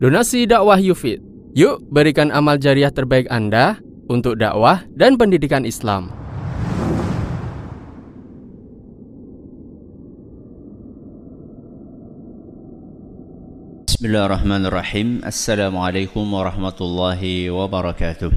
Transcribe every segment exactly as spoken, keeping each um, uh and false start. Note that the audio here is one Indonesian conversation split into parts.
Donasi dakwah Yufid. Yuk berikan amal jariah terbaik Anda untuk dakwah dan pendidikan Islam. Bismillahirrahmanirrahim. Assalamualaikum warahmatullahi wabarakatuh.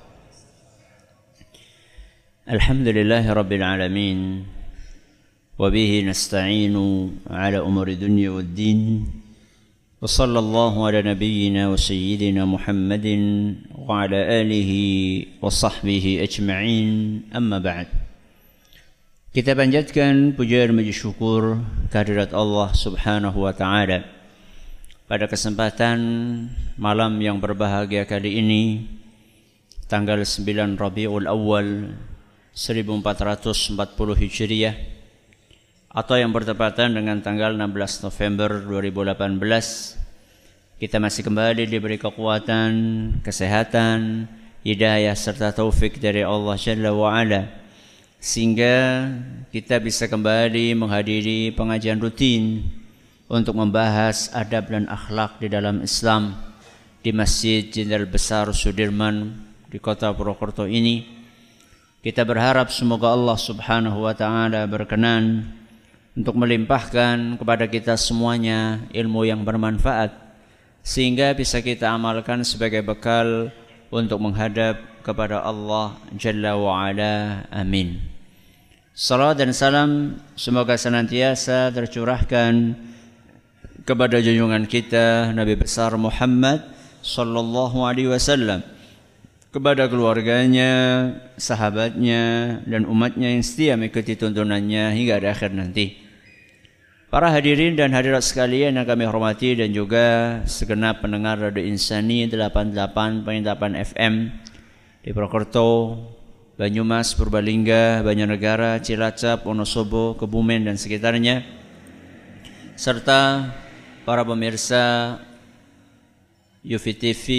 Alhamdulillahi rabbil alamin. Wabihi nasta'inu ala umuri dunya waddin. Wa sallallahu ala nabiyyina wa sayyidina Muhammadin wa ala alihi wa sahbihi ajma'in. Amma ba'd. Kita panjatkan puja dan puji syukur kehadirat Allah Subhanahu wa taala. Pada kesempatan malam yang berbahagia kali ini, tanggal sembilan Rabiul Awal seribu empat ratus empat puluh Hijriah, atau yang bertepatan dengan tanggal enam belas November dua ribu delapan belas, kita masih kembali diberi kekuatan, kesehatan, hidayah serta taufik dari Allah Jalla wa'ala, sehingga kita bisa kembali menghadiri pengajian rutin untuk membahas adab dan akhlak di dalam Islam di Masjid Jenderal Besar Sudirman di kota Purwokerto ini. Kita berharap semoga Allah Subhanahu wa taala berkenan untuk melimpahkan kepada kita semuanya ilmu yang bermanfaat, sehingga bisa kita amalkan sebagai bekal untuk menghadap kepada Allah Jalla wa'ala. Amin. Salam dan salam semoga senantiasa tercurahkan kepada junjungan kita Nabi besar Muhammad sallallahu alaihi wasallam, kepada keluarganya, sahabatnya, dan umatnya yang setia mengikuti tuntunannya hingga di akhir nanti. Para hadirin dan hadirat sekalian yang kami hormati, dan juga segenap pendengar Radio Insani delapan puluh delapan koma delapan F M di Purwokerto, Banyumas, Purbalingga, Banjarnegara, Cilacap, Wonosobo, Kebumen dan sekitarnya, serta para pemirsa Yufid T V,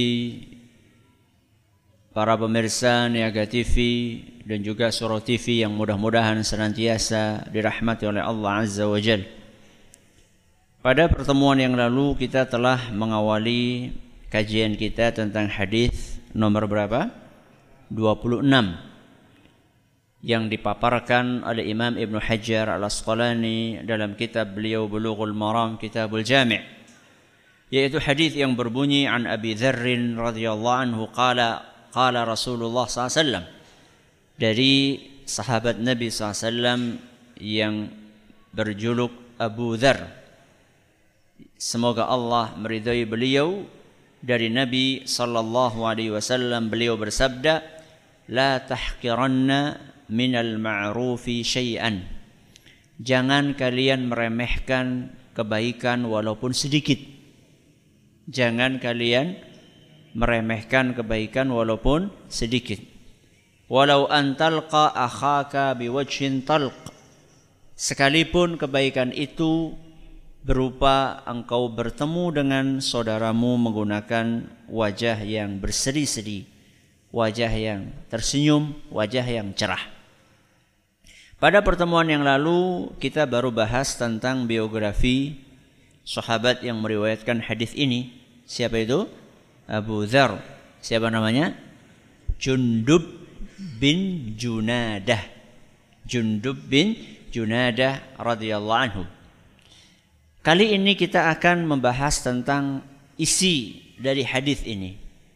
para pemirsa Niaga T V, dan juga Suro T V yang mudah-mudahan senantiasa dirahmati oleh Allah Azza wa Jalla. Pada pertemuan yang lalu kita telah mengawali kajian kita tentang hadis nomor berapa? dua puluh enam yang dipaparkan oleh Imam Ibn Hajar Al-Asqalani dalam kitab beliau Bulughul Maram Kitabul Jami', yaitu hadis yang berbunyi an Abi Dzarrin radhiyallahu anhu qala qala Rasulullah sallallahu alaihi wasallam, dari sahabat Nabi sallallahu alaihi wasallam yang berjuluk Abu Dzar, semoga Allah meridai beliau, dari Nabi sallallahu alaihi wasallam beliau bersabda, la tahqiranna minal ma'rufi syai'an, jangan kalian meremehkan kebaikan walaupun sedikit. Jangan kalian meremehkan kebaikan walaupun sedikit. Walau antalqa akhaka biwajhin talq, sekalipun kebaikan itu berupa engkau bertemu dengan saudaramu menggunakan wajah yang berseri-seri, wajah yang tersenyum, wajah yang cerah. Pada pertemuan yang lalu kita baru bahas tentang biografi sahabat yang meriwayatkan hadis ini. Siapa itu? Abu Dzar. Siapa namanya? Jundub bin Junadah. Jundub bin Junadah radhiyallahu anhu. Kali ini kita akan membahas tentang isi dari hadis ini,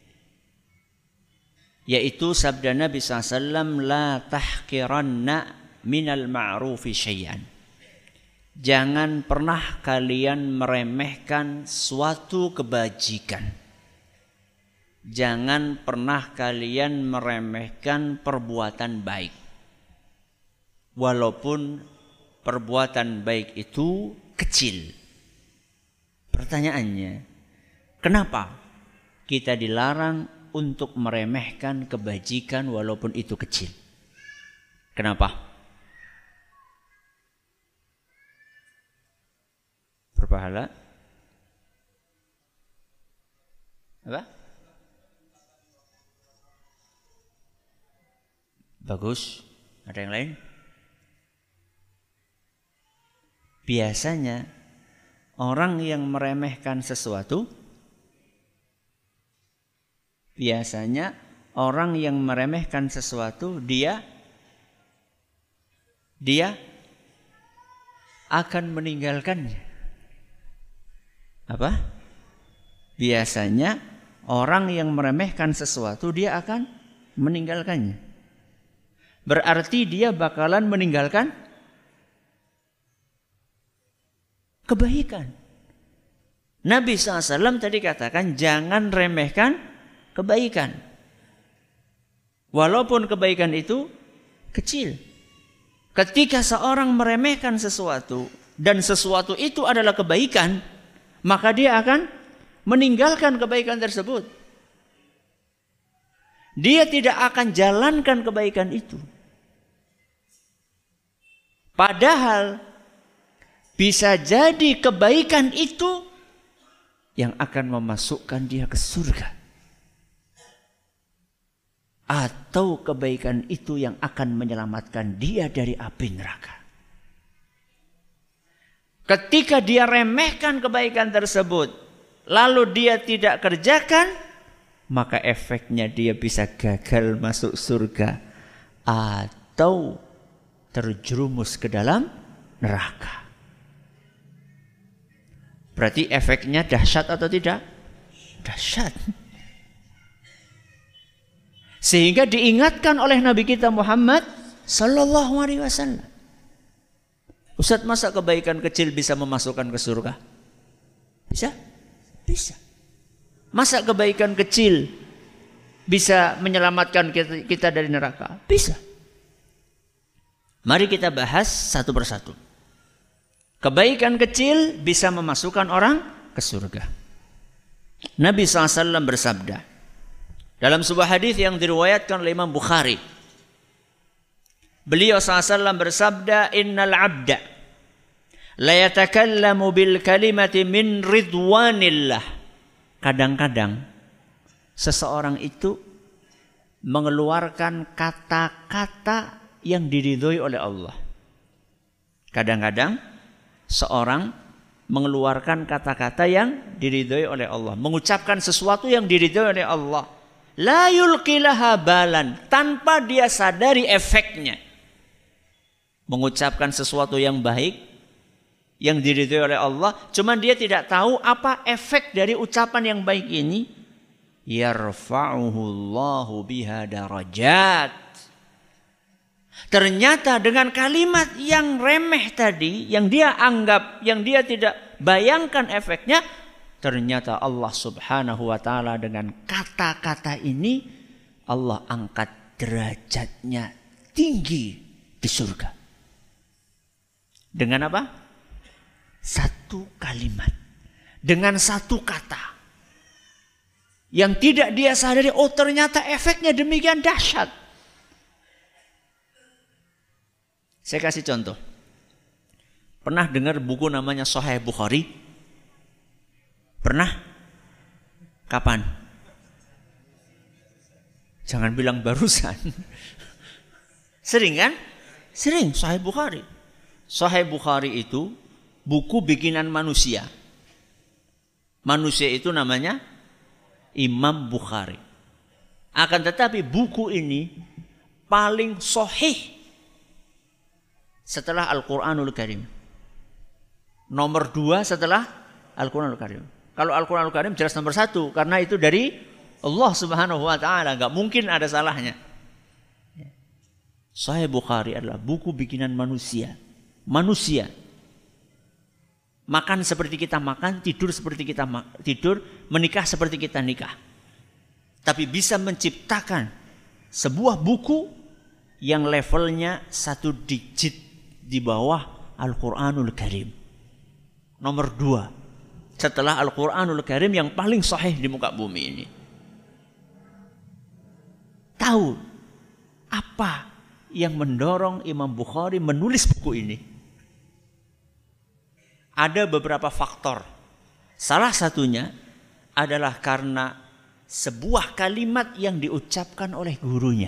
yaitu sabda Nabi sallallahu alaihi wasallam, la tahqiranna minal ma'rufi syai'an, jangan pernah kalian meremehkan suatu kebajikan, jangan pernah kalian meremehkan perbuatan baik, walaupun perbuatan baik itu kecil. Pertanyaannya, kenapa kita dilarang untuk meremehkan kebajikan walaupun itu kecil? Kenapa? Berpahala? Apa? Bagus. Ada yang lain? Biasanya orang yang meremehkan sesuatu Biasanya orang yang meremehkan sesuatu dia dia akan meninggalkannya. Apa? Biasanya orang yang meremehkan sesuatu dia akan meninggalkannya. Berarti dia bakalan meninggalkan kebaikan. Nabi shallallahu alaihi wasallam tadi katakan jangan remehkan kebaikan. Walaupun kebaikan itu kecil. Ketika seorang meremehkan sesuatu dan sesuatu itu adalah kebaikan, maka dia akan meninggalkan kebaikan tersebut. Dia tidak akan jalankan kebaikan itu. Padahal bisa jadi kebaikan itu yang akan memasukkan dia ke surga. Atau kebaikan itu yang akan menyelamatkan dia dari api neraka. Ketika dia remehkan kebaikan tersebut, lalu dia tidak kerjakan, maka efeknya dia bisa gagal masuk surga atau terjerumus ke dalam neraka. Berarti efeknya dahsyat atau tidak? Dahsyat. Sehingga diingatkan oleh Nabi kita Muhammad sallallahu alaihi wasallam. Ustaz, masa kebaikan kecil bisa memasukkan ke surga? Bisa? Bisa. Masa kebaikan kecil bisa menyelamatkan kita, kita dari neraka? Bisa. Mari kita bahas satu persatu. Kebaikan kecil bisa memasukkan orang ke surga. Nabi shallallahu alaihi wasallam bersabda dalam sebuah hadis yang diriwayatkan oleh Imam Bukhari. Beliau shallallahu alaihi wasallam bersabda, "Innal 'abda la yatakallamu bil kalimati min ridwanillah." Kadang-kadang seseorang itu mengeluarkan kata-kata yang diridhoi oleh Allah. Kadang-kadang seorang mengeluarkan kata-kata yang diridhoi oleh Allah, mengucapkan sesuatu yang diridhoi oleh Allah. La yulqilaha balan, tanpa dia sadari efeknya. Mengucapkan sesuatu yang baik yang diridhoi oleh Allah, cuman dia tidak tahu apa efek dari ucapan yang baik ini. Yarfa'uhu Allahu biha darajat. Ternyata dengan kalimat yang remeh tadi, yang dia anggap, yang dia tidak bayangkan efeknya, ternyata Allah subhanahu wa ta'ala dengan kata-kata ini Allah angkat derajatnya tinggi di surga. Dengan apa? Satu kalimat. Dengan satu kata. Yang tidak dia sadari, oh ternyata efeknya demikian dahsyat. Saya kasih contoh. Pernah dengar buku namanya Sahih Bukhari? Pernah? Kapan? Jangan bilang barusan. Sering kan? Sering, Sahih Bukhari. Sahih Bukhari itu buku bikinan manusia. Manusia itu namanya Imam Bukhari. Akan tetapi buku ini paling sahih setelah Al-Quranul Karim. Nomor dua setelah Al-Quranul Karim. Kalau Al-Quranul Karim jelas nomor satu, karena itu dari Allah subhanahu wa ta'ala. Gak mungkin ada salahnya. Sahih Bukhari adalah buku bikinan manusia. Manusia. Makan seperti kita makan, tidur seperti kita tidur, menikah seperti kita nikah. Tapi bisa menciptakan sebuah buku yang levelnya satu digit di bawah Al-Quranul Karim. Nomor dua setelah Al-Quranul Karim yang paling sahih di muka bumi ini. Tahu apa yang mendorong Imam Bukhari menulis buku ini? Ada beberapa faktor. Salah satunya adalah karena sebuah kalimat yang diucapkan oleh gurunya.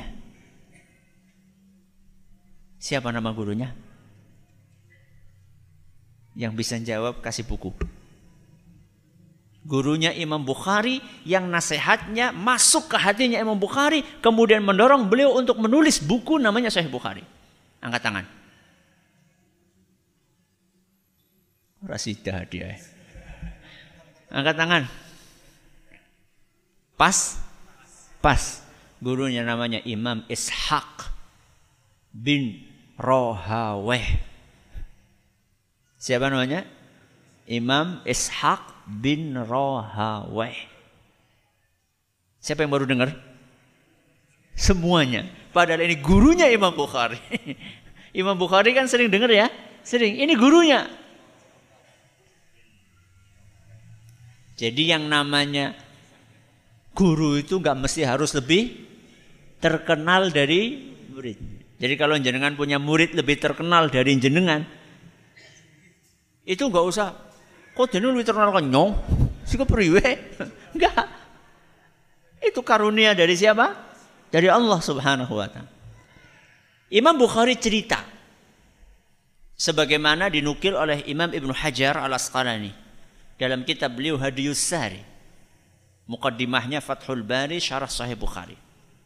Siapa nama gurunya? Yang bisa jawab kasih buku. Gurunya Imam Bukhari yang nasihatnya masuk ke hatinya Imam Bukhari, kemudian mendorong beliau untuk menulis buku namanya Sahih Bukhari. Angkat tangan. Rasidah dia. Angkat tangan. Pas? Pas. Gurunya namanya Imam Ishaq bin Rahawayh. Siapa namanya? Imam Ishaq bin Rahawayh. Siapa yang baru dengar? Semuanya. Padahal ini gurunya Imam Bukhari. Imam Bukhari kan sering dengar ya? Sering. Ini gurunya. Jadi yang namanya guru itu nggak mesti harus lebih terkenal dari murid. Jadi kalau jenengan punya murid lebih terkenal dari jenengan, itu nggak usah. Kok jenengan lebih terkenal kan nyong? Siko priwe? Enggak. Itu karunia dari siapa? Dari Allah Subhanahu wa taala. Imam Bukhari cerita sebagaimana dinukil oleh Imam Ibnu Hajar Al-Asqalani dalam kitab beliau Hadiyus Sari. Muqaddimahnya Fathul Bari Syarah Sahih Bukhari.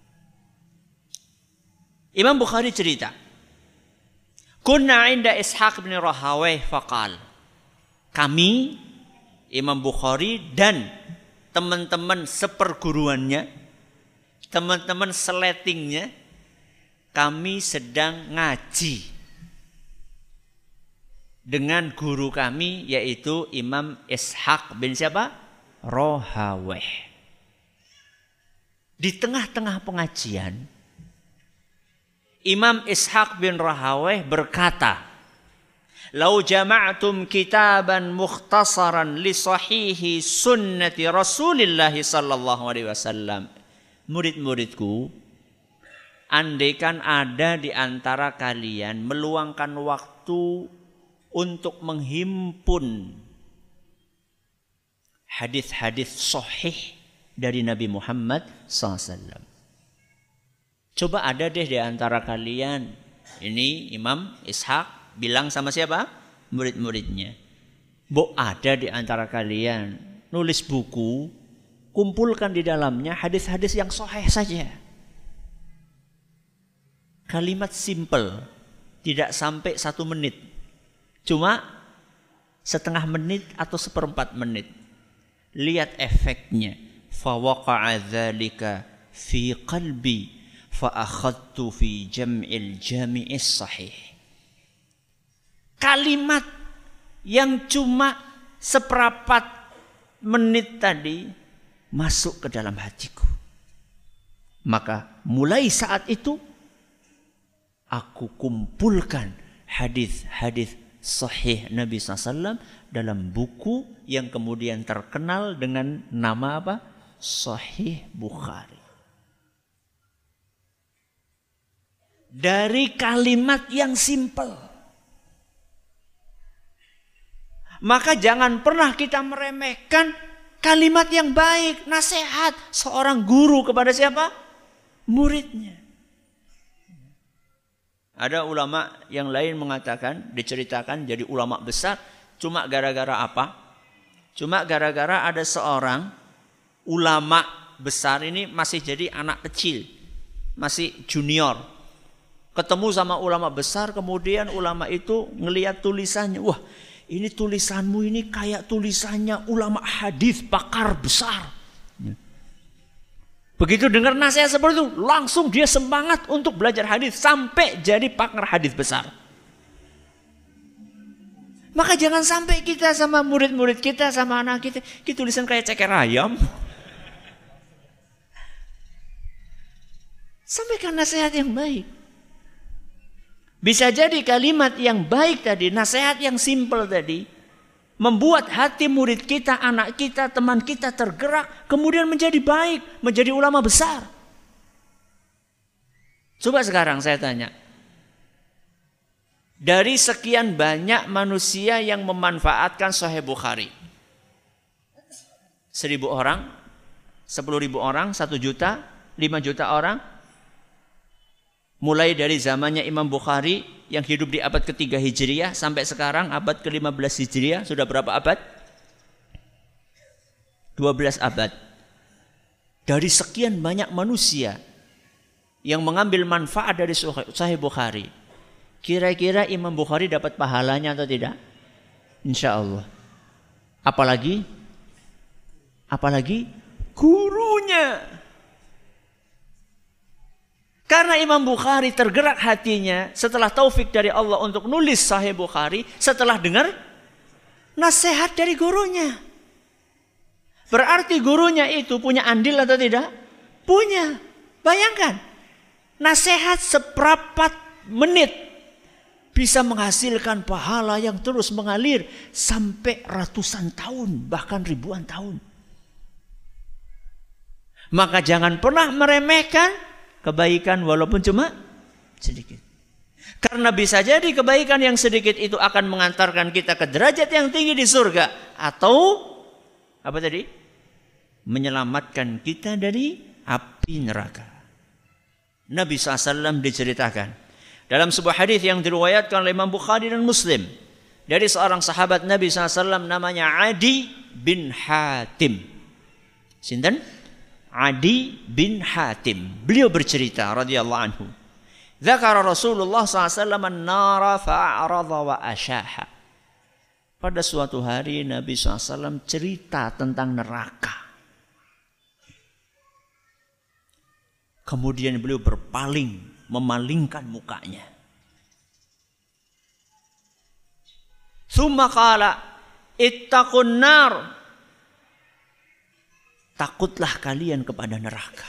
Imam Bukhari cerita, kunna inda Ishaq bin Rahawayh faqal. Kami Imam Bukhari dan teman-teman seperguruannya, teman-teman seletingnya, kami sedang ngaji dengan guru kami yaitu Imam Ishaq bin siapa? Rahawayh. Di tengah-tengah pengajian, Imam Ishaq bin Rahawayh berkata, "Lau jama'tum kitaban mukhtasaran li sahihi sunnati Rasulillah sallallahu alaihi wasallam." Murid-muridku, andaikan ada di antara kalian meluangkan waktu untuk menghimpun hadis-hadis sahih dari Nabi Muhammad sallallahu alaihi wasallam. Coba ada deh di antara kalian, ini Imam Ishaq bilang sama siapa? Murid-muridnya. Bo ada di antara kalian nulis buku, kumpulkan di dalamnya hadis-hadis yang sahih saja. Kalimat simple, tidak sampai satu menit. Cuma setengah menit atau seperempat menit. Lihat efeknya. Fawaqa'a dzalika fi qalbi fa akhadtu fi jam'il jami'is sahih. Kalimat yang cuma seperempat menit tadi masuk ke dalam hatiku. Maka mulai saat itu aku kumpulkan hadis-hadis sahih Nabi sallallahu alaihi wasallam dalam buku yang kemudian terkenal dengan nama apa? Sahih Bukhari. Dari kalimat yang simpel. Maka jangan pernah kita meremehkan kalimat yang baik, nasihat seorang guru kepada siapa? Muridnya. Ada ulama yang lain mengatakan, diceritakan jadi ulama besar, cuma gara-gara apa? Cuma gara-gara ada seorang ulama besar ini masih jadi anak kecil, masih junior. Ketemu sama ulama besar, kemudian ulama itu ngelihat tulisannya, wah ini tulisanmu ini kayak tulisannya ulama hadis pakar besar. Begitu dengar nasihat seperti itu, langsung dia semangat untuk belajar hadis sampai jadi pakar hadis besar. Maka jangan sampai kita sama murid-murid kita, sama anak kita, kita tulisan kayak ceker ayam. Sampaikan nasihat yang baik. Bisa jadi kalimat yang baik tadi, nasihat yang simpel tadi, membuat hati murid kita, anak kita, teman kita tergerak, kemudian menjadi baik, menjadi ulama besar. Coba sekarang saya tanya, dari sekian banyak manusia yang memanfaatkan Sahih Bukhari, seribu orang, sepuluh ribu orang, satu juta, lima juta orang, mulai dari zamannya Imam Bukhari yang hidup di abad ketiga Hijriah sampai sekarang abad ke lima belas Hijriah, sudah berapa abad? dua belas abad. Dari sekian banyak manusia yang mengambil manfaat dari Sahih Bukhari, kira-kira Imam Bukhari dapat pahalanya atau tidak? Insya Allah. Apalagi, apalagi gurunya. Karena Imam Bukhari tergerak hatinya setelah taufik dari Allah untuk nulis Sahih Bukhari setelah dengar nasihat dari gurunya. Berarti gurunya itu punya andil atau tidak? Punya. Bayangkan, nasihat seperempat menit bisa menghasilkan pahala yang terus mengalir sampai ratusan tahun, bahkan ribuan tahun. Maka jangan pernah meremehkan kebaikan walaupun cuma sedikit. Karena bisa jadi kebaikan yang sedikit itu akan mengantarkan kita ke derajat yang tinggi di surga. Atau apa tadi? Menyelamatkan kita dari api neraka. Nabi shallallahu alaihi wasallam diceritakan dalam sebuah hadis yang diriwayatkan oleh Imam Bukhari dan Muslim dari seorang sahabat Nabi shallallahu alaihi wasallam namanya Adi bin Hatim. Sinten? Adi bin Hatim. Beliau bercerita radhiyallahu anhu. Dzakara Rasulullah shallallahu alaihi wasallam an-nara fa'arada wa asyaha. Pada suatu hari Nabi shallallahu alaihi wasallam cerita tentang neraka. Kemudian beliau berpaling, memalingkan mukanya. Tsumma qala ittaqun nar. Takutlah kalian kepada neraka.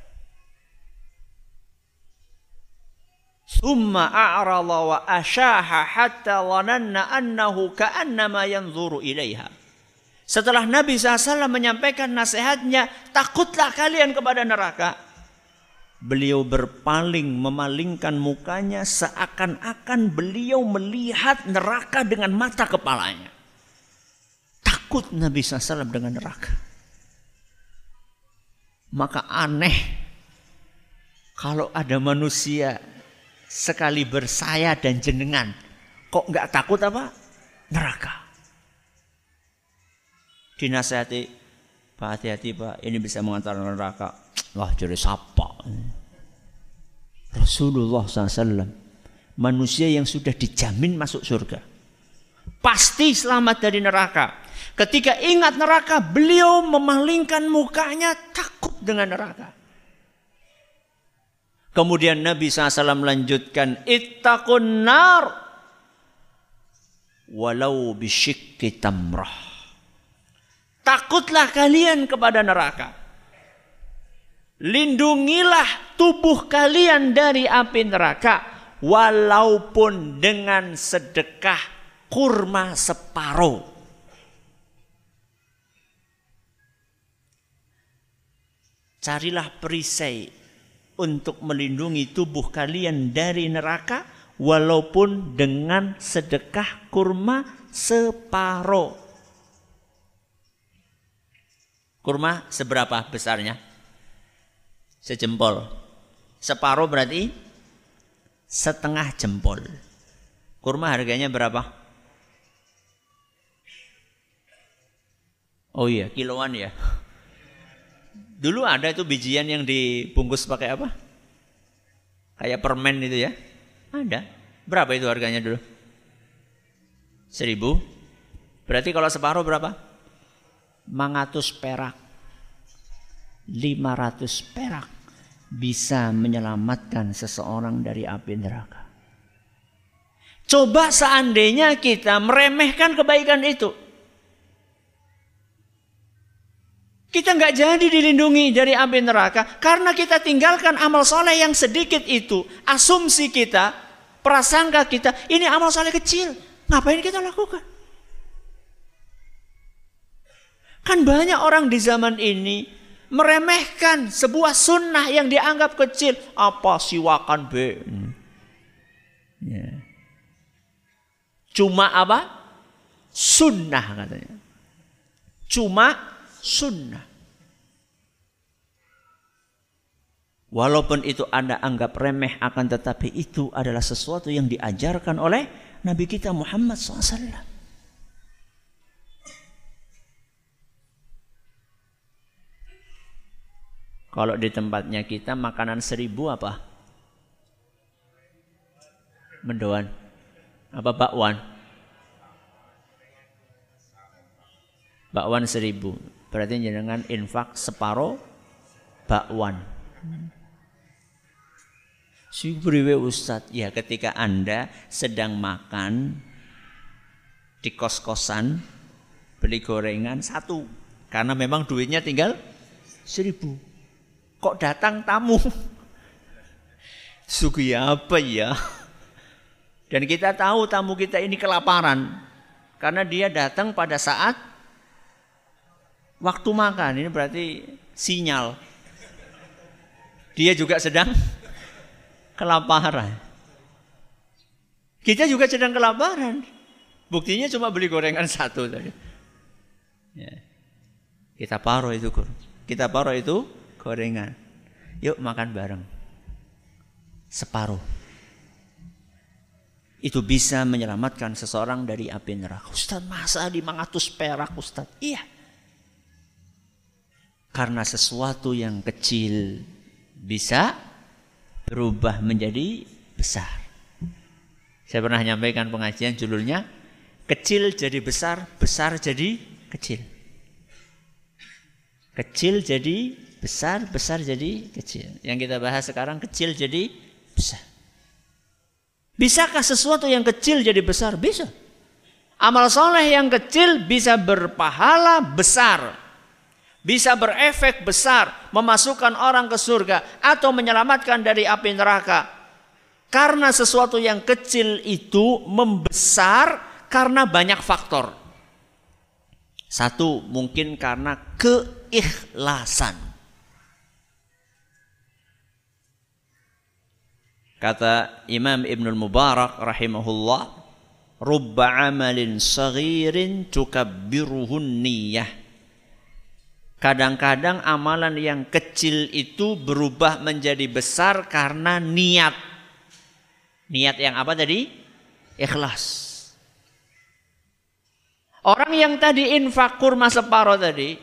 Tsumma a'rada wa asyaha hatta dhananna annahu ka'annama yanzuru ilaiha. Setelah Nabi shallallahu alaihi wasallam menyampaikan nasihatnya, takutlah kalian kepada neraka, beliau berpaling, memalingkan mukanya seakan-akan beliau melihat neraka dengan mata kepalanya. Takut Nabi shallallahu alaihi wasallam dengan neraka. Maka aneh kalau ada manusia sekali bersaya dan jenengan kok nggak takut apa? Neraka. Dinasihati, Pak hati-hati Pak, ini bisa mengantarkan neraka. Wah jadi sapa. Rasulullah shallallahu alaihi wasallam manusia yang sudah dijamin masuk surga, pasti selamat dari neraka. Ketika ingat neraka, beliau memalingkan mukanya takut dengan neraka. Kemudian Nabi shallallahu alaihi wasallam melanjutkan, ittaqun nar walau bisyikki tamrah. Takutlah kalian kepada neraka. Lindungilah tubuh kalian dari api neraka walaupun dengan sedekah kurma separuh. Carilah perisai untuk melindungi tubuh kalian dari neraka walaupun dengan sedekah kurma separuh. Kurma seberapa besarnya? Sejempol. Separuh berarti setengah jempol. Kurma harganya berapa? Oh iya, kiloan ya. Dulu ada itu bijian yang dibungkus pakai apa? Kayak permen itu ya. Ada. Berapa itu harganya dulu? Seribu. Berarti kalau separuh berapa? lima ratus perak. lima ratus perak bisa menyelamatkan seseorang dari api neraka. Coba seandainya kita meremehkan kebaikan itu, kita nggak jadi dilindungi dari api neraka karena kita tinggalkan amal soleh yang sedikit itu. Asumsi kita, prasangka kita, ini amal soleh kecil, ngapain kita lakukan? Kan banyak orang di zaman ini meremehkan sebuah sunnah yang dianggap kecil. Apa siwakan be? Ya. Cuma apa? Sunnah katanya. Cuma sunnah. Walaupun itu Anda anggap remeh, akan tetapi itu adalah sesuatu yang diajarkan oleh Nabi kita Muhammad shallallahu alaihi wasallam. Kalau di tempatnya kita makanan seribu apa? Mendoan. Apa bakwan? Bakwan seribu. Berarti jenengan infak separo bakwan. Sibriwe Ustadz, ya ketika Anda sedang makan di kos-kosan beli gorengan satu, karena memang duitnya tinggal seribu. Kok datang tamu? Sugih apa ya? Dan kita tahu tamu kita ini kelaparan, karena dia datang pada saat waktu makan. Ini berarti sinyal dia juga sedang kelaparan. Kita juga sedang kelaparan. Buktinya cuma beli gorengan satu tadi. Ya. Kita paruh itu, kita paruh itu gorengan. Yuk makan bareng. Separuh. Itu bisa menyelamatkan seseorang dari api neraka. Ustaz, masa lima ratus perak Ustaz? Iya. Karena sesuatu yang kecil bisa berubah menjadi besar. Saya pernah menyampaikan pengajian judulnya kecil jadi besar, besar jadi kecil. Kecil jadi besar, besar jadi kecil. Yang kita bahas sekarang kecil jadi besar. Bisakah sesuatu yang kecil jadi besar? Bisa. Amal soleh yang kecil bisa berpahala besar. Bisa berefek besar, memasukkan orang ke surga atau menyelamatkan dari api neraka. Karena sesuatu yang kecil itu membesar karena banyak faktor. Satu, mungkin karena keikhlasan. Kata Imam Ibnul Mubarak rahimahullah, rubba amalin saghirin tukabbiruhun niyah. Kadang-kadang amalan yang kecil itu berubah menjadi besar karena niat. Niat yang apa tadi? Ikhlas. Orang yang tadi infak kurma separuh tadi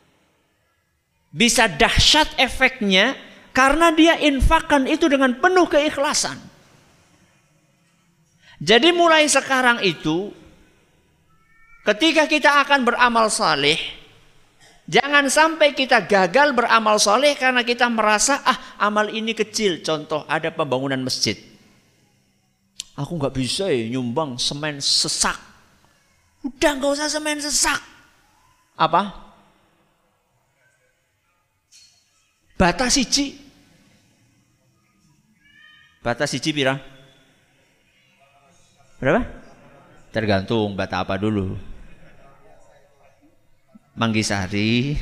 bisa dahsyat efeknya karena dia infakkan itu dengan penuh keikhlasan. Jadi mulai sekarang itu ketika kita akan beramal saleh, jangan sampai kita gagal beramal soleh karena kita merasa ah amal ini kecil. Contoh ada pembangunan masjid. Aku nggak bisa ya nyumbang semen sesak. Udah nggak usah semen sesak. Apa? Bata siji. Bata siji pira? Berapa? Tergantung bata apa dulu. Manggisari.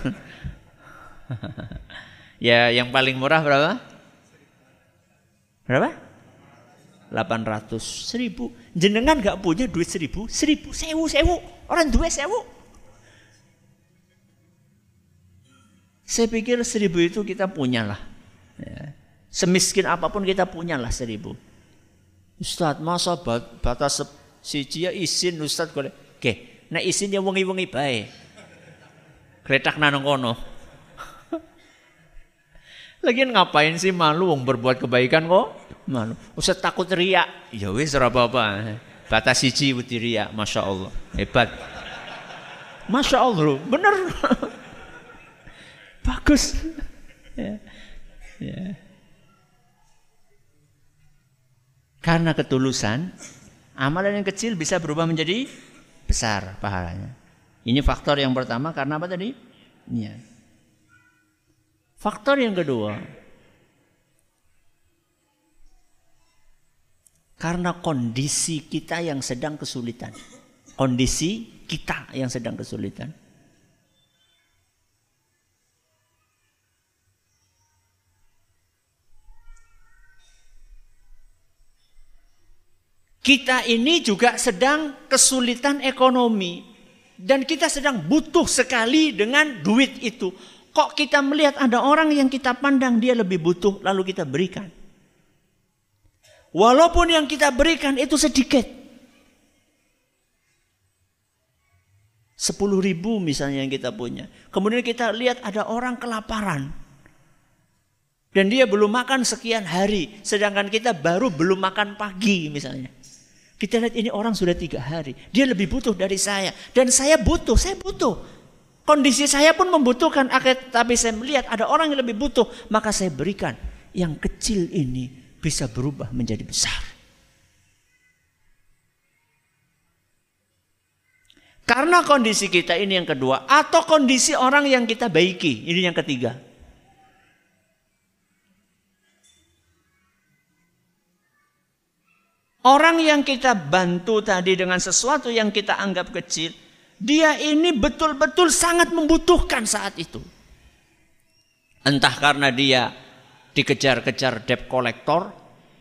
Ya yang paling murah berapa? Berapa? delapan ratus, seribu. Jenengan gak punya duit seribu, seribu, sewu, sewu. Orang duit sewu. Saya pikir seribu itu kita punyalah. Ya. Semiskin apapun kita punyalah seribu. Ustadz, masa batas siji ya izin Ustadz boleh. Oke, nah izinnya wengi-wengi bae. Kretak nanong kono. Lagian ngapain sih malu wong berbuat kebaikan kok? Malu. Ustaz takut riak. Ya wis ora apa-apa. Batas siji wedi riak, Masya Allah. Hebat. Masya Allah, bener. Bagus. Ya. Ya. Karena ketulusan, amalan yang kecil bisa berubah menjadi besar pahalanya. Ini faktor yang pertama karena apa tadi? Niat. Faktor yang kedua, karena kondisi kita yang sedang kesulitan. Kondisi kita yang sedang kesulitan. Kita ini juga sedang kesulitan ekonomi. Dan kita sedang butuh sekali dengan duit itu. Kok kita melihat ada orang yang kita pandang dia lebih butuh lalu kita berikan. Walaupun yang kita berikan itu sedikit. Sepuluh ribu misalnya yang kita punya. Kemudian kita lihat ada orang kelaparan. Dan dia belum makan sekian hari. Sedangkan kita baru belum makan pagi misalnya. Kita lihat ini orang sudah tiga hari. Dia lebih butuh dari saya. Dan saya butuh, saya butuh. Kondisi saya pun membutuhkan. Tapi saya melihat ada orang yang lebih butuh. Maka saya berikan. Yang kecil ini bisa berubah menjadi besar. Karena kondisi kita ini yang kedua. Atau kondisi orang yang kita baiki. Ini yang ketiga. Orang yang kita bantu tadi dengan sesuatu yang kita anggap kecil, dia ini betul-betul sangat membutuhkan saat itu. Entah karena dia dikejar-kejar debt collector,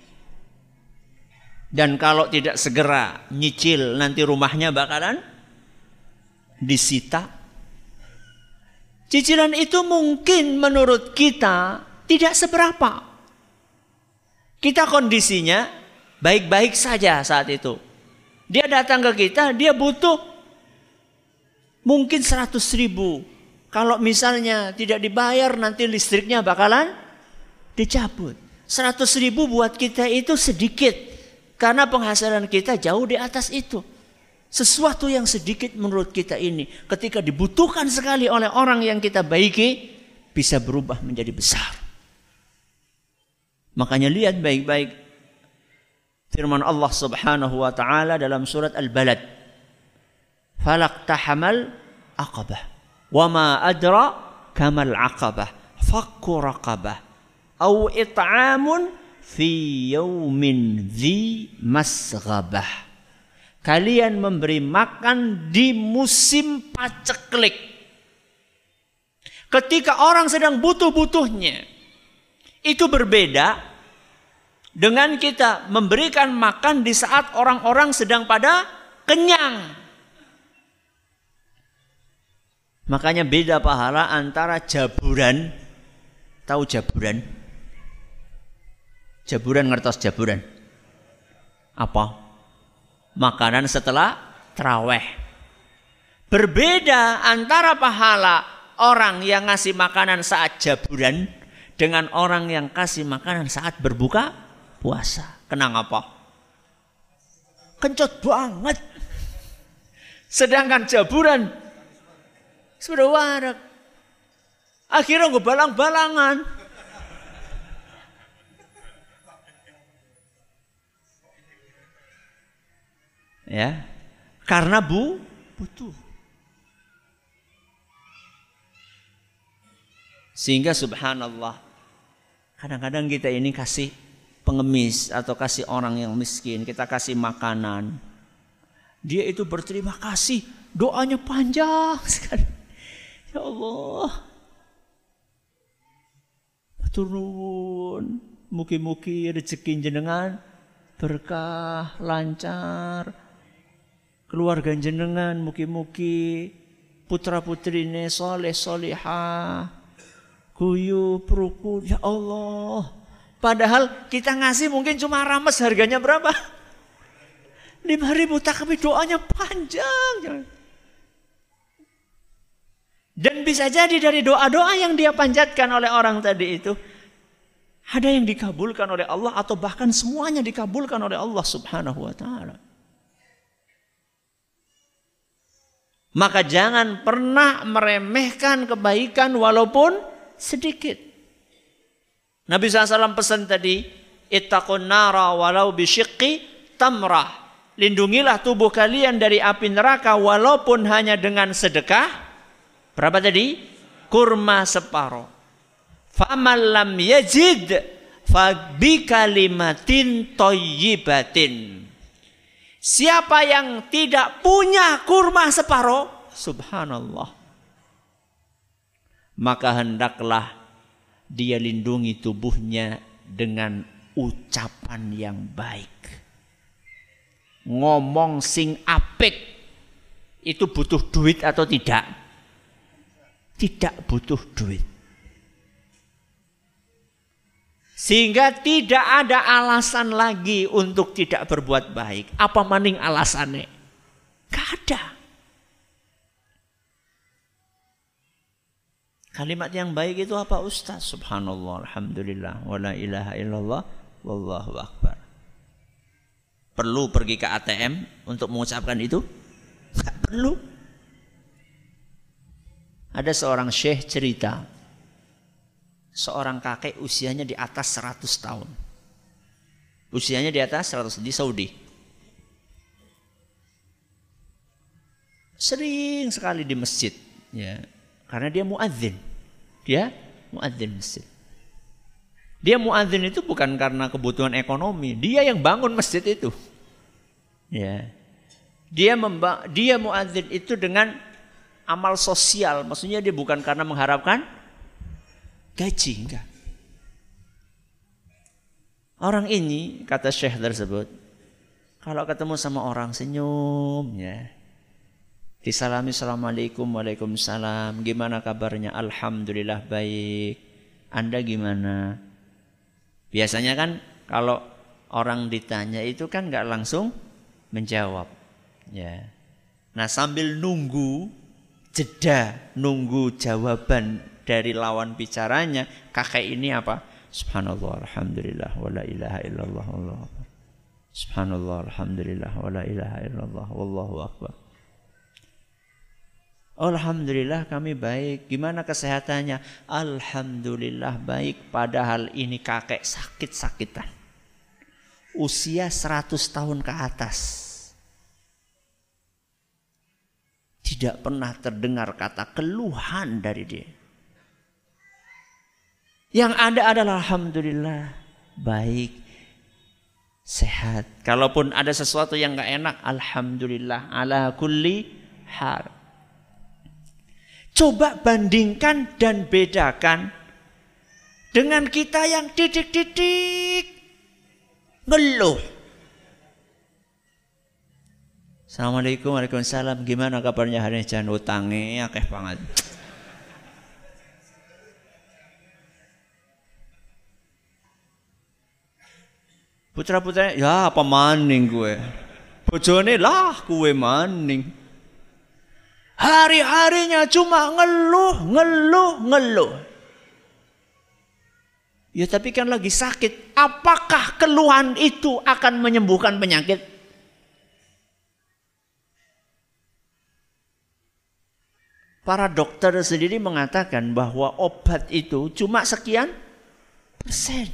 dan kalau tidak segera nyicil nanti rumahnya bakalan disita. Cicilan itu mungkin menurut kita tidak seberapa. Kita kondisinya baik-baik saja saat itu. Dia datang ke kita, dia butuh mungkin seratus ribu. Kalau misalnya tidak dibayar nanti listriknya bakalan dicabut. Seratus ribu buat kita itu sedikit. Karena penghasilan kita jauh di atas itu. Sesuatu yang sedikit menurut kita ini, ketika dibutuhkan sekali oleh orang yang kita baiki, bisa berubah menjadi besar. Makanya lihat baik-baik firman Allah Subhanahu wa taala dalam surat Al-Balad. Falaqtahamal aqabah. Wa ma adra kamal aqabah. Fakku raqabah. Au it'amun fi yaumin dzi masghabah. Kalian memberi makan di musim paceklik. Ketika orang sedang butuh-butuhnya. Itu berbeda dengan kita memberikan makan di saat orang-orang sedang pada kenyang. Makanya beda pahala antara jaburan. Tahu jaburan? Jaburan, ngertos jaburan? Apa? Makanan setelah tarawih. Berbeda antara pahala orang yang ngasih makanan saat jaburan dengan orang yang kasih makanan saat berbuka puasa. Kenapa apa? Kencot banget. Sedangkan jaburan sudah warak. Akhirnya gue balang-balangan. Ya, karena bu butuh. Sehingga subhanallah, kadang-kadang kita ini kasih pengemis atau kasih orang yang miskin, kita kasih makanan. Dia itu berterima kasih, doanya panjang sekali. Ya Allah, turun, mugi-mugi rezeki jenengan berkah, lancar. Keluarga jenengan mugi-mugi putra-putrine soleh solihah, guyub rukun. Ya Allah. Padahal kita ngasih mungkin cuma rames, harganya berapa? lima ribu, tapi doanya panjang. Dan bisa jadi dari doa-doa yang dia panjatkan oleh orang tadi itu, ada yang dikabulkan oleh Allah atau bahkan semuanya dikabulkan oleh Allah Subhanahu wa taala. Maka jangan pernah meremehkan kebaikan walaupun sedikit. Nabi shallallahu alaihi wasallam pesan tadi, ittaqun nara walau bisyiqqi tamrah. Lindungilah tubuh kalian dari api neraka walaupun hanya dengan sedekah. Berapa tadi? Kurma separuh. Faman lam yajid fa bi kalimatin thayyibatin. Siapa yang tidak punya kurma separuh, subhanallah, maka hendaklah dia lindungi tubuhnya dengan ucapan yang baik. Ngomong sing apik itu butuh duit atau tidak? Tidak butuh duit. Sehingga tidak ada alasan lagi untuk tidak berbuat baik. Apa maning alasannya? Gak ada. Kalimat yang baik itu apa Ustaz? Subhanallah, alhamdulillah, wala ilaha illallah, wallahu akbar. Perlu pergi ke A T M untuk mengucapkan itu? Tidak perlu. Ada seorang syekh cerita, seorang kakek usianya di atas seratus tahun. Usianya di atas seratus di Saudi. Sering sekali di masjid, ya. Karena dia muadzin. Dia muadzin masjid. Dia muadzin itu bukan karena kebutuhan ekonomi, dia yang bangun masjid itu. Ya. Dia memba dia muadzin itu dengan amal sosial, maksudnya dia bukan karena mengharapkan gaji, enggak. Orang ini, kata syekh tersebut, kalau ketemu sama orang senyum, ya. Disalami assalamualaikum, waalaikumsalam, gimana kabarnya? Alhamdulillah baik. Anda gimana? Biasanya kan kalau orang ditanya itu kan nggak langsung menjawab, ya. Nah sambil nunggu jeda, nunggu jawaban dari lawan bicaranya, kakek ini apa? Subhanallah, alhamdulillah, wala ilaha illallah, wallahu akbar. Subhanallah, alhamdulillah, wala ilaha illallah, wallahu akbar. Alhamdulillah kami baik. Gimana kesehatannya? Alhamdulillah baik. Padahal ini kakek sakit-sakitan. Usia seratus tahun ke atas. Tidak pernah terdengar kata keluhan dari dia. Yang ada adalah alhamdulillah baik, sehat. Kalaupun ada sesuatu yang gak enak, alhamdulillah ala kulli hal. Coba bandingkan dan bedakan dengan kita yang didik-didik ngeluh. Assalamualaikum, waalaikumsalam. Gimana kabarnya hari ini? Jangan utangnya akeh banget. Putra-putranya, ya apa maning gue. Bojone lah gue maning. Hari-harinya cuma ngeluh, ngeluh, ngeluh. Ya tapi kan lagi sakit. Apakah keluhan itu akan menyembuhkan penyakit? Para dokter sendiri mengatakan bahwa obat itu cuma sekian persen.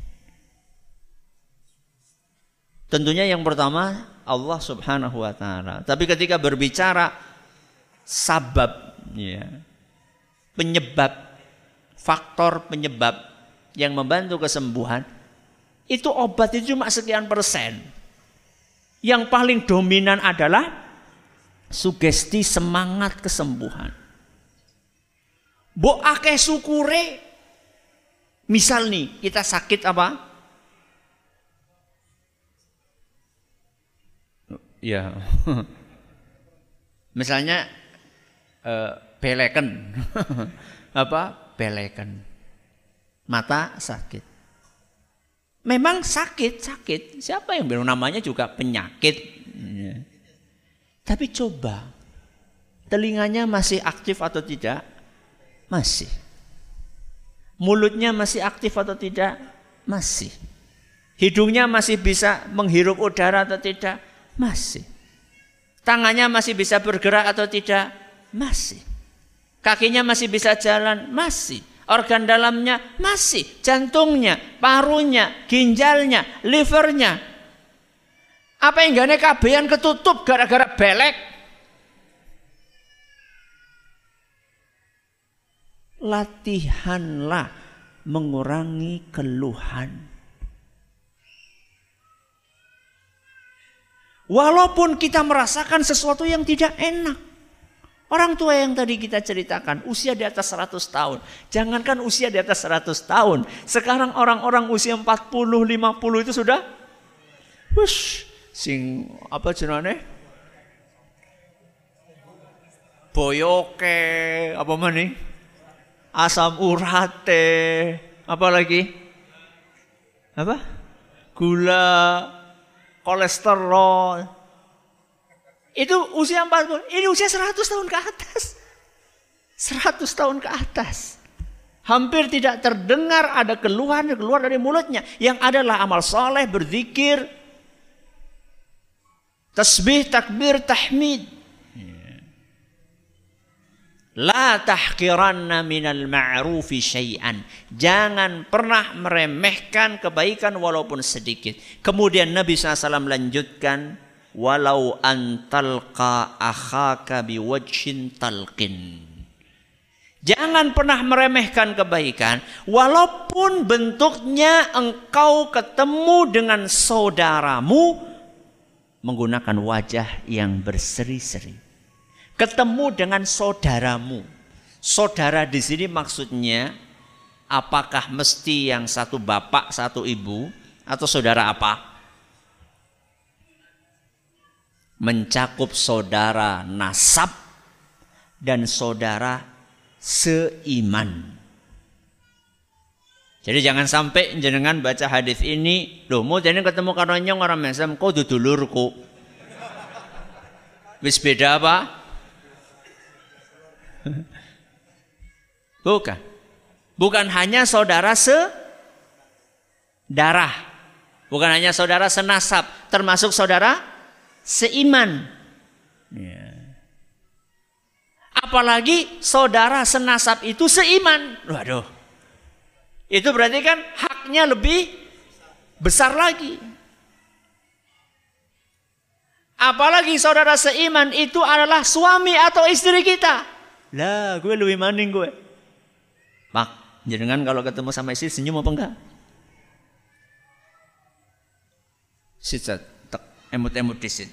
Tentunya yang pertama Allah Subhanahu wa taala. Tapi ketika berbicara sabab, ya, penyebab, faktor penyebab yang membantu kesembuhan, itu obat itu cuma sekian persen. Yang paling dominan adalah sugesti semangat kesembuhan. Mbok akeh syukure. Misal nih, kita sakit apa? Ya. Misalnya Uh, beleken apa beleken mata sakit, memang sakit sakit siapa yang bilang namanya juga penyakit ya. Tapi coba telinganya masih aktif atau tidak? Masih. Mulutnya masih aktif atau tidak? Masih. Hidungnya masih bisa menghirup udara atau tidak? Masih. Tangannya masih bisa bergerak atau tidak? Masih. Kakinya masih bisa jalan? Masih. Organ dalamnya? Masih. Jantungnya, parunya, ginjalnya, livernya. Apa yang gane kabehan ketutup gara-gara belek? Latihanlah mengurangi keluhan. Walaupun kita merasakan sesuatu yang tidak enak. Orang tua yang tadi kita ceritakan, usia di atas seratus tahun. Jangankan usia di atas seratus tahun. Sekarang orang-orang usia empat puluh, lima puluh itu sudah wush, sing apa jenenge? Boyoke, apa mana? Asam urate, apa lagi? Apa? Gula, kolesterol. Itu usia empat puluh, ini usia seratus tahun ke atas. seratus tahun ke atas. Hampir tidak terdengar ada keluhan yang keluar dari mulutnya. Yang adalah amal soleh, berzikir, tasbih, takbir, tahmid. La tahqiranna minal ma'rufi syai'an. Jangan pernah meremehkan kebaikan walaupun sedikit. Kemudian Nabi shallallahu alaihi wasallam lanjutkan, walau antalqa akhaka biwajhin talqin. Jangan pernah meremehkan kebaikan walaupun bentuknya engkau ketemu dengan saudaramu menggunakan wajah yang berseri-seri. Ketemu dengan saudaramu. Saudara di sini maksudnya apakah mesti yang satu bapak, satu ibu, atau saudara apa? Mencakup saudara nasab dan saudara seiman. Jadi jangan sampai jenengan baca hadis ini, loh mau jadi ketemu karo nyong orang mesem, kau dudulurku. Wis beda apa? Bukan. Bukan hanya saudara sedarah. Bukan hanya saudara senasab. Termasuk saudara seiman. Ya. Apalagi saudara senasab itu seiman. Waduh. Itu berarti kan haknya lebih besar lagi. Apalagi saudara seiman itu adalah suami atau istri kita. Lah, gue lebih maning gue. Mak, jenengan kalau ketemu sama istri senyum apa enggak? Sit, tek, emut-emut disit.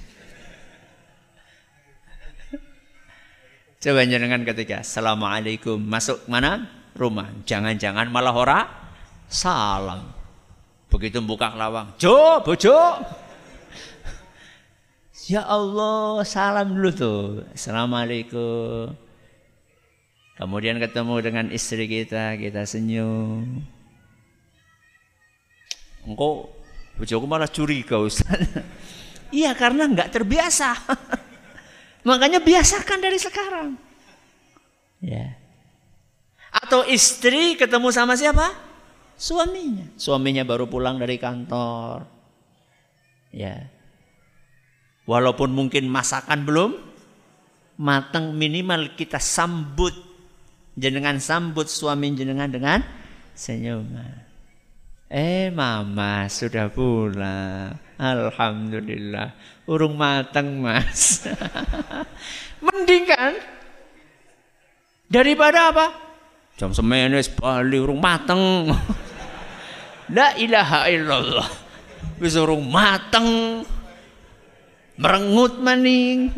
Coba jenengan ketika assalamualaikum masuk mana? Rumah. Jangan-jangan malah ora salam. Begitu buka lawang, Jo, bojo. Ya Allah, salam dulu tuh. Assalamualaikum. Kemudian ketemu dengan istri kita, kita senyum. Engkau, bojoku malah curiga Ustaz. Iya, karena enggak terbiasa. Makanya biasakan dari sekarang. Ya. Atau istri ketemu sama siapa? Suaminya. Suaminya baru pulang dari kantor. Ya. Walaupun mungkin masakan belum matang, minimal kita sambut. Jenengan sambut suami jenengan dengan senyuman. Eh mama sudah pulang. Alhamdulillah. Urung matang mas. Mending kan? Daripada apa? Jam semenes bali urung mateng. La ilaha illallah. Wis urung mateng. Merengut maning.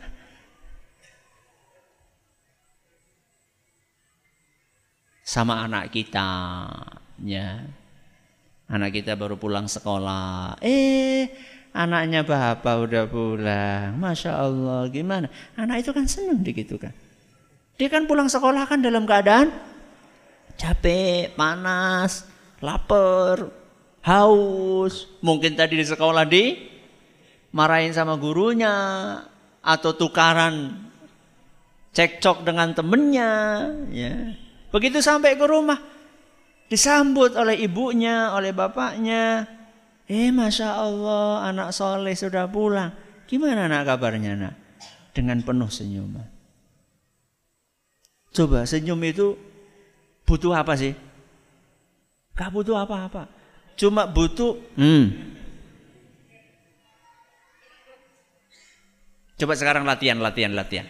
Sama anak kita, ya. Anak kita baru pulang sekolah. Eh, anaknya bapak udah pulang. Masya Allah, gimana? Anak itu kan senang begitu kan. Dia kan pulang sekolah kan dalam keadaan capek, panas, lapar, haus. Mungkin tadi di sekolah di marahin sama gurunya atau tukaran cekcok dengan temennya, ya. Begitu sampai ke rumah, disambut oleh ibunya, oleh bapaknya. Eh, Masya Allah, anak soleh sudah pulang. Gimana nak kabarnya nak? Dengan penuh senyuman. Coba senyum itu butuh apa sih? Gak butuh apa-apa. Cuma butuh, hmm. Coba sekarang latihan, latihan, latihan.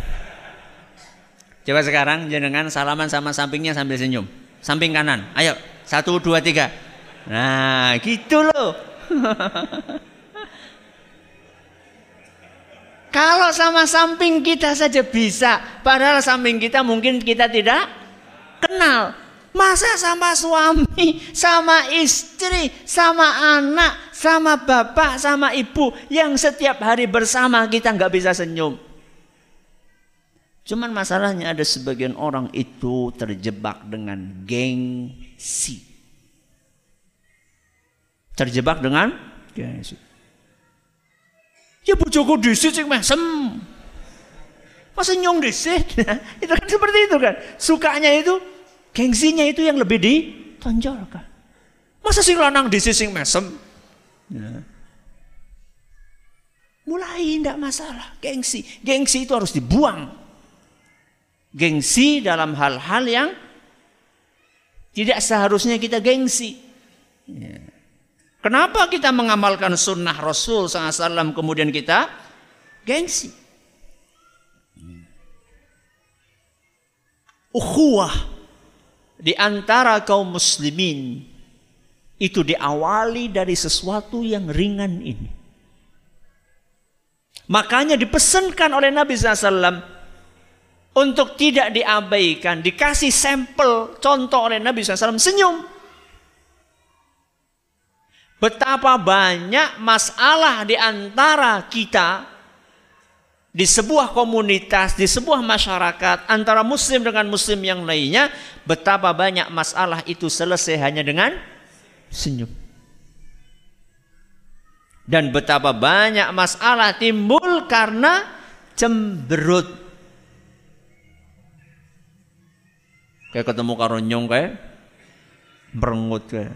Coba sekarang jenengan salaman sama sampingnya sambil senyum. Samping kanan. Ayo. Satu, dua, tiga. Nah gitu loh. Kalau sama samping kita saja bisa. Padahal samping kita mungkin kita tidak kenal. Masa sama suami, sama istri, sama anak, sama bapak, sama ibu yang setiap hari bersama kita nggak bisa senyum. Cuman masalahnya ada sebagian orang itu terjebak dengan gengsi. Terjebak dengan gengsi. Ya bojoku disit sing mesem. Masa nyong disit? Itu kan seperti itu kan. Sukanya itu Gengsinya itu yang lebih ditonjolkan. Masa sing lanang disising mesem? Ya. Mulai tidak masalah. Gengsi. Gengsi itu harus dibuang. Gengsi dalam hal-hal yang tidak seharusnya kita gengsi. Ya. Kenapa kita mengamalkan sunnah Rasul shallallahu alaihi wasallam kemudian kita gengsi? Ukhuwah di antara kaum muslimin itu diawali dari sesuatu yang ringan ini. Makanya dipesankan oleh Nabi shallallahu alaihi wasallam untuk tidak diabaikan. Dikasih sampel contoh oleh Nabi shallallahu alaihi wasallam, senyum. Betapa banyak masalah di antara kita, di sebuah komunitas, di sebuah masyarakat, antara muslim dengan muslim yang lainnya, betapa banyak masalah itu selesai hanya dengan senyum. Dan betapa banyak masalah timbul karena cemberut. Kayak ketemu karo nyong kayak merengut kayak.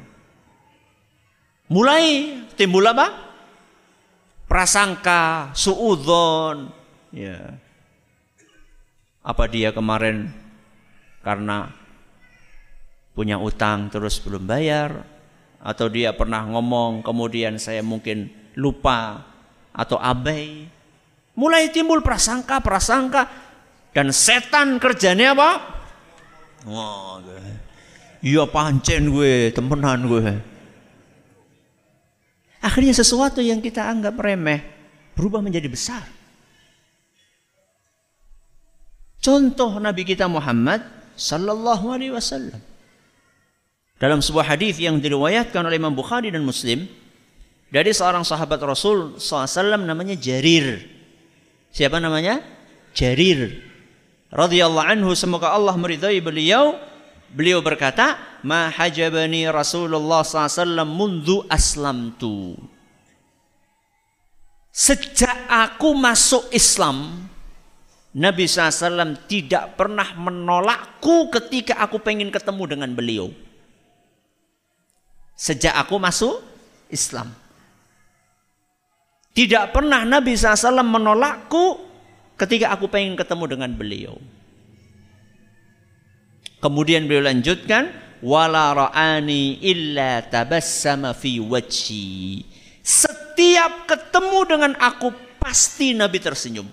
Mulai timbul apa? Prasangka, suudzon. Ya. Apa dia kemarin karena punya utang terus belum bayar? Atau dia pernah ngomong kemudian saya mungkin lupa atau abai? Mulai timbul prasangka, prasangka. Dan setan kerjanya apa? Wah, iya pancen gue, temenan gue. Akhirnya sesuatu yang kita anggap remeh berubah menjadi besar. Contoh Nabi kita Muhammad sallallahu alaihi wasallam. Dalam sebuah hadis yang diriwayatkan oleh Imam Bukhari dan Muslim dari seorang sahabat Rasul sallallahu alaihi wasallam namanya Jarir. Siapa namanya? Jarir. Radhiyallahu anhu, semoga Allah meridai beliau. Beliau berkata, "Ma hajabani Rasulullah sallallahu alaihi wasallam mundu aslamtu." Sejak aku masuk Islam, Nabi sallallahu alaihi wasallam tidak pernah menolakku ketika aku pengen ketemu dengan beliau. Sejak aku masuk Islam, tidak pernah Nabi sallallahu alaihi wasallam menolakku ketika aku pengen ketemu dengan beliau. Kemudian beliau lanjutkan, wala ra'ani illa tabassama fi wajhi. Setiap ketemu dengan aku pasti Nabi tersenyum.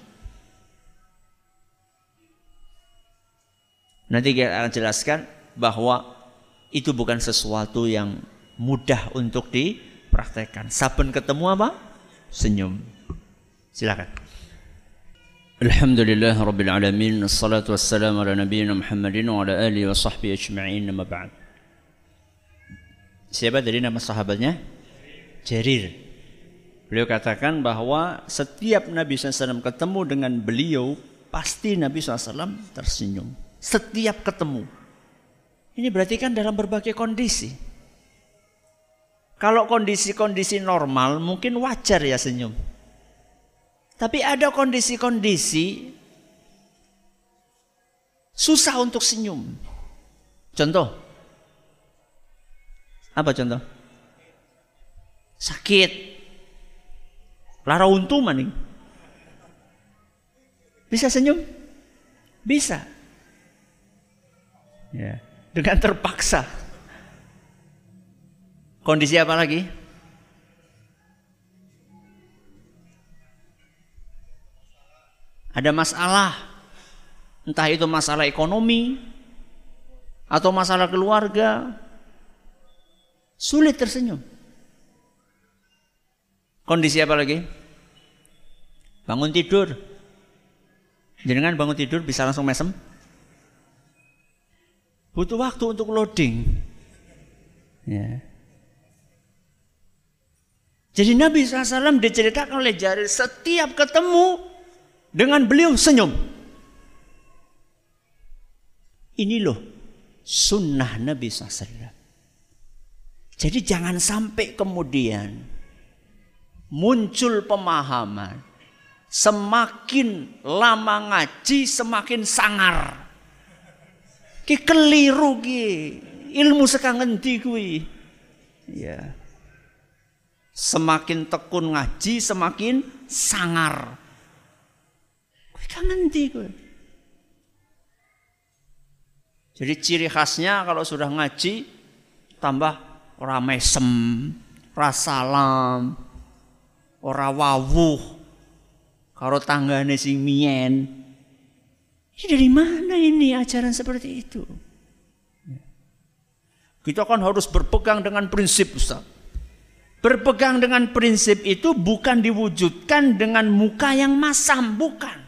Nanti kita akan jelaskan bahwa itu bukan sesuatu yang mudah untuk dipraktekkan. Saben ketemu apa? Senyum. Silakan. Alhamdulillah Rabbil Alamin. Assalatu wassalamu ala nabiyyina Muhammadin wa ala alihi wa sahbihi ajma'in. Amma ba'd. Siapa dari nama sahabatnya? Jarir. Beliau katakan bahwa setiap Nabi shallallahu alaihi wasallam ketemu dengan beliau, pasti Nabi shallallahu alaihi wasallam tersenyum. Setiap ketemu. Ini berarti kan dalam berbagai kondisi. Kalau kondisi-kondisi normal mungkin wajar ya senyum. Tapi ada kondisi-kondisi susah untuk senyum. Contoh. Apa contoh? Sakit. Lara untu maning. Bisa senyum? Bisa. Ya, dengan terpaksa. Kondisi apa lagi? Ada masalah, entah itu masalah ekonomi atau masalah keluarga, sulit tersenyum. Kondisi apa lagi? Bangun tidur. Jangan bangun tidur bisa langsung mesem. Butuh waktu untuk loading. Ya. Jadi Nabi shallallahu alaihi wasallam diceritakan oleh Jarir setiap ketemu dengan beliau senyum. Ini loh sunnah Nabi shallallahu alaihi wasallam. Jadi jangan sampai kemudian muncul pemahaman semakin lama ngaji semakin sangar. Ki keliru ki. Ilmu sekang ngendi kuwi. Ya. Semakin tekun ngaji, semakin sangar. Kuwi kang ngendi kuwi? Jadi ciri khasnya kalau sudah ngaji tambah ora mesem, ora salam, ora wawuh karo tanggane sing mien. Ini dari mana ini ajaran seperti itu? Kita kan harus berpegang dengan prinsip, Ustaz. Berpegang dengan prinsip itu bukan diwujudkan dengan muka yang masam, bukan.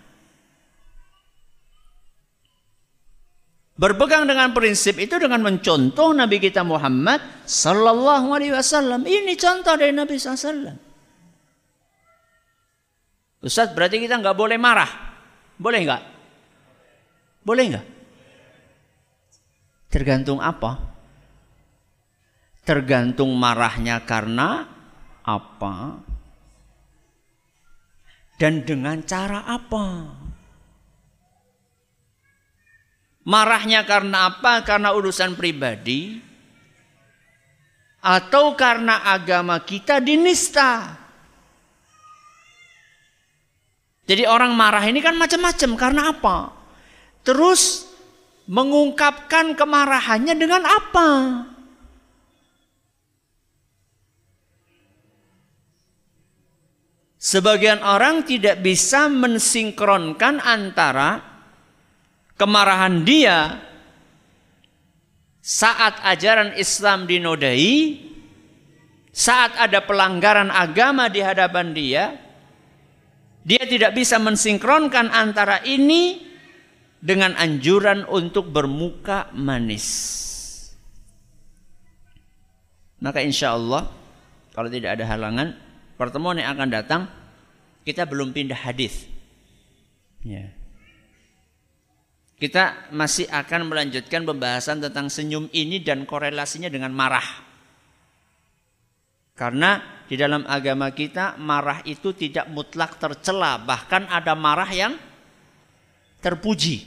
Berpegang dengan prinsip itu dengan mencontoh Nabi kita Muhammad sallallahu alaihi wasallam. Ini contoh dari Nabi sallallahu alaihi wasallam. Ustaz, berarti kita nggak boleh marah. Boleh nggak? Boleh nggak? Tergantung apa? Tergantung marahnya karena apa? Dan dengan cara apa? Marahnya karena apa? Karena urusan pribadi atau karena agama kita dinista. Jadi orang marah ini kan macam-macam. Karena apa? Terus mengungkapkan kemarahannya dengan apa? Sebagian orang tidak bisa mensinkronkan antara kemarahan dia saat ajaran Islam dinodai, saat ada pelanggaran agama di hadapan dia, dia tidak bisa mensinkronkan antara ini dengan anjuran untuk bermuka manis. Maka insya Allah kalau tidak ada halangan, pertemuan yang akan datang kita belum pindah hadis. Ya. Kita masih akan melanjutkan pembahasan tentang senyum ini dan korelasinya dengan marah. Karena di dalam agama kita marah itu tidak mutlak tercela, bahkan ada marah yang terpuji.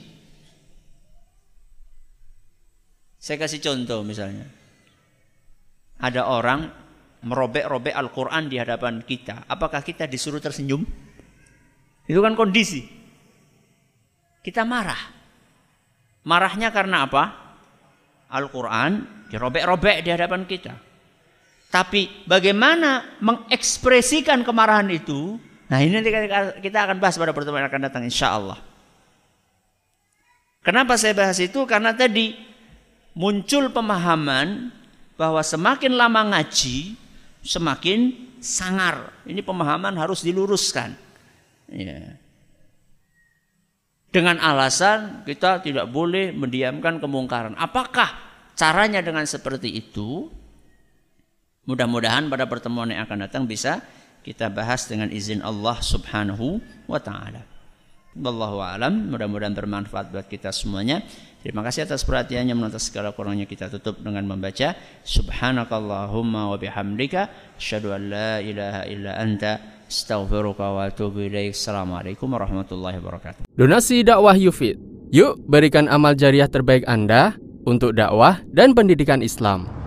Saya kasih contoh misalnya. Ada orang merobek-robek Al-Quran di hadapan kita. Apakah kita disuruh tersenyum? Itu kan kondisi. Kita marah. Marahnya karena apa? Al-Quran dirobek-robek di hadapan kita. Tapi bagaimana mengekspresikan kemarahan itu? Nah ini kita akan bahas pada pertemuan yang akan datang insya Allah. Kenapa saya bahas itu? Karena tadi muncul pemahaman bahwa semakin lama ngaji, semakin sangar. Ini pemahaman harus diluruskan. Ya. Dengan alasan kita tidak boleh mendiamkan kemungkaran. Apakah caranya dengan seperti itu? Mudah-mudahan pada pertemuan yang akan datang bisa kita bahas dengan izin Allah Subhanahu wa taala. Wallahu a'lam, mudah-mudahan bermanfaat buat kita semuanya. Terima kasih atas perhatiannya, menonton segala kurangnya kita tutup dengan membaca subhanakallahumma wa bihamdika asyhadu an la ilaha illa anta astaghfiruka wa atubu ilaik. Assalamualaikum warahmatullahi wabarakatuh. Donasi dakwah Yufid. Yuk berikan amal jariah terbaik Anda untuk dakwah dan pendidikan Islam.